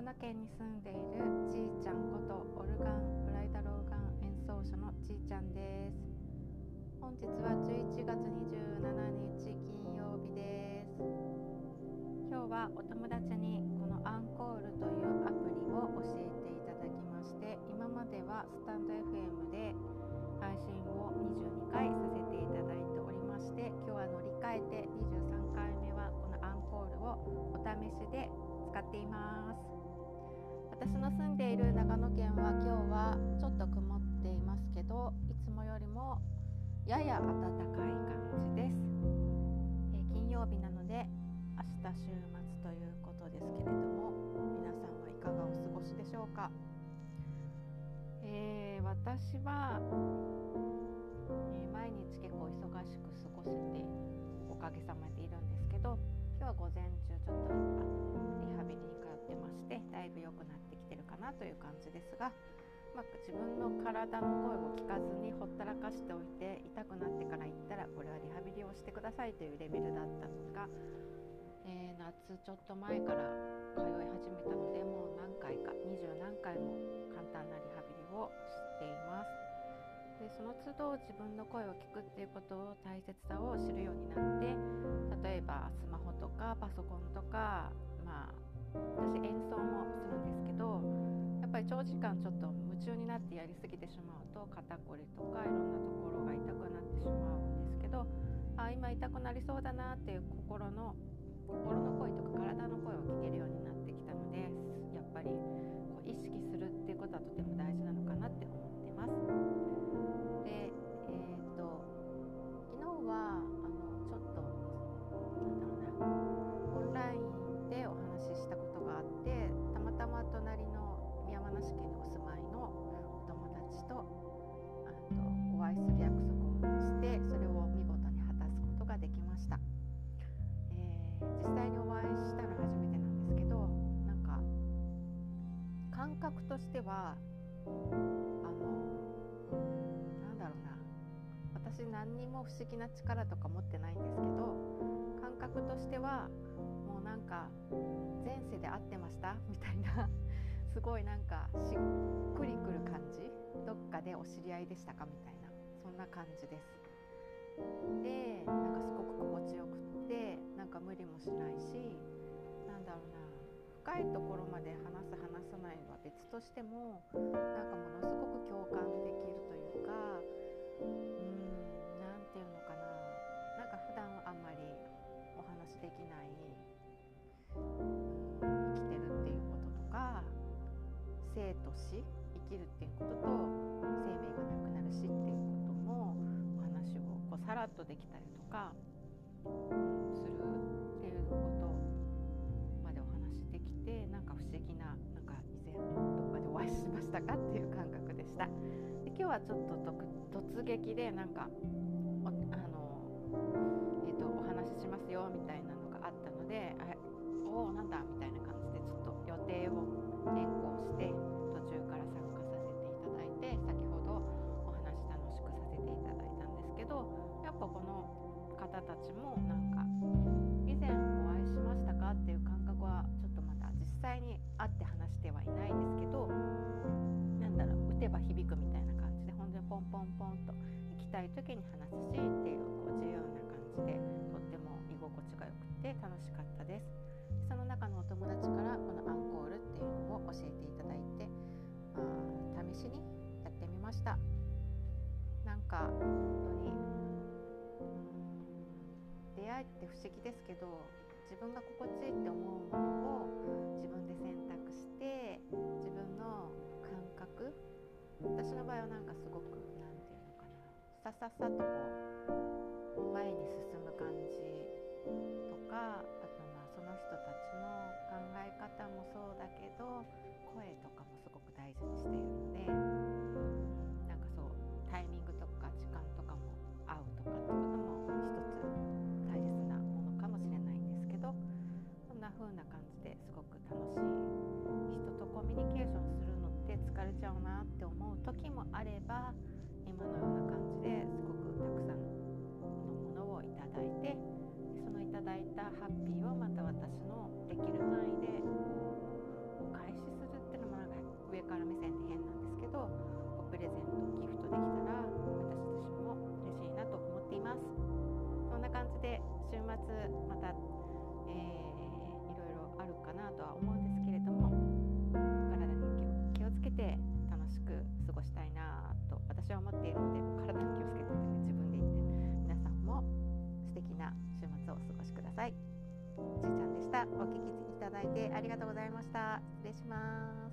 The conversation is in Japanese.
野県に住んでいるちーちゃんことオルガンブライダルオーガン演奏者のちーちゃんです。本日は11月27日金曜日です。今日はお友達にこのアンコールというアプリを教えていただきまして、今まではスタンド FM で配信を22回させていただいておりまして、今日は乗り換えて23回目はこのアンコールをお試しで使っています。私の住んでいる長野県は今日はちょっと曇っていますけど、いつもよりもやや暖かい感じです。金曜日なので明日週末ということですけれども、皆さんはいかがお過ごしでしょうか。私は、毎日結構忙しく過ごせておかげさまでいるんですけど、今日は午前中ちょっとリハビリに通ってまして、だいぶ良くなってきてるかなという感じですが、自分の体の声を聞かずにほったらかしておいて、痛くなってから行ったらこれはリハビリをしてくださいというレベルだったのが、夏ちょっと前から通い始めたので、もう何回か20何回も簡単なリハビリをしています。でその都度自分の声を聞くっていうことを大切さを知るようになって、例えばスマホとかパソコンとか、私演奏もするんですけど、やっぱり長時間ちょっと夢中になってやりすぎてしまうと肩こりとかいろんなところが痛くなってしまうんですけど、今痛くなりそうだなっていう心の声とか体の声を聞けるようになってきたので、やっぱりこう意識するっていうことはとても大事なのかなって思ってます。で、昨日はちょっとオンラインでお話ししたことがあって、たまたま隣の山梨県にお住まいのお友達とお会いする約束をして、それを見事に果たすことができました。実際にお会いしたのは初めてなんですけど、なんか感覚としては私何にも不思議な力とか持ってないんですけど、感覚としてはもうなんか前世で会ってましたみたいなすごいなんかしっくりくる感じ、どっかでお知り合いでしたかみたいな、そんな感じです。で、なんかすごく心地よくって、なんか無理もしないし、深いところまで話す話さないは別としても、なんかものすごく共感できるというか、なんていうのかな、なんか普段あんまりお話できない、生きてるっていうこととか、生と死、生きるっていうことと生命がなくなる死っていうこともお話をこうさらっとできたりとか、するっていうことまでお話できて、なんか不思議な、なんか以前どっかでお会いしましたかっていう感覚でした。で今日はちょっと突撃でなんかお話ししますよみたいなのがあったので、なんだみたいな感じでちょっと予定を変更して途中から参加させていただいて、先ほどお話楽しくさせていただいたんですけど、やっぱこの方たちもなんか以前お会いしましたかっていう感覚はちょっとまだ実際に会って話してはいないですけど、打てば響くみたいな感じで、本当にポンポンポンと行きたい時に話すしっていう、こう自由な感じで、とっても居心地が良くて楽しかったです。その中のお友達からこのアンコールっていうのを教えていただいて、試しにやってみました。なんか本当に出会いって不思議ですけど、自分が心地いいって思うものを自分で選択して、自分の感覚、私の場合はなんかすごくなんていうのかな、さささとこう前に進む感じとか、あとその人たちの考え方もそうだけど、声とかもすごく大事にしているので、なんかそうタイミングとか時間とかも合うとかってことも一つ大切なものかもしれないんですけど、こんな風な感じですごく楽しい。人とコミュニケーションするのって疲れちゃうなって思う時もあれば、今のような感じですごくたくさんのものをいただいて、そのいただいたハッピーをまた私のできる範囲でお返し末また、いろいろあるかなとは思うんですけれども、体に気をつけて楽しく過ごしたいなと私は思っているので、体に気をつけてってね、自分で言って皆さんも素敵な週末をお過ごしください。ちーちゃんでした。お聞きいただいてありがとうございました。失礼します。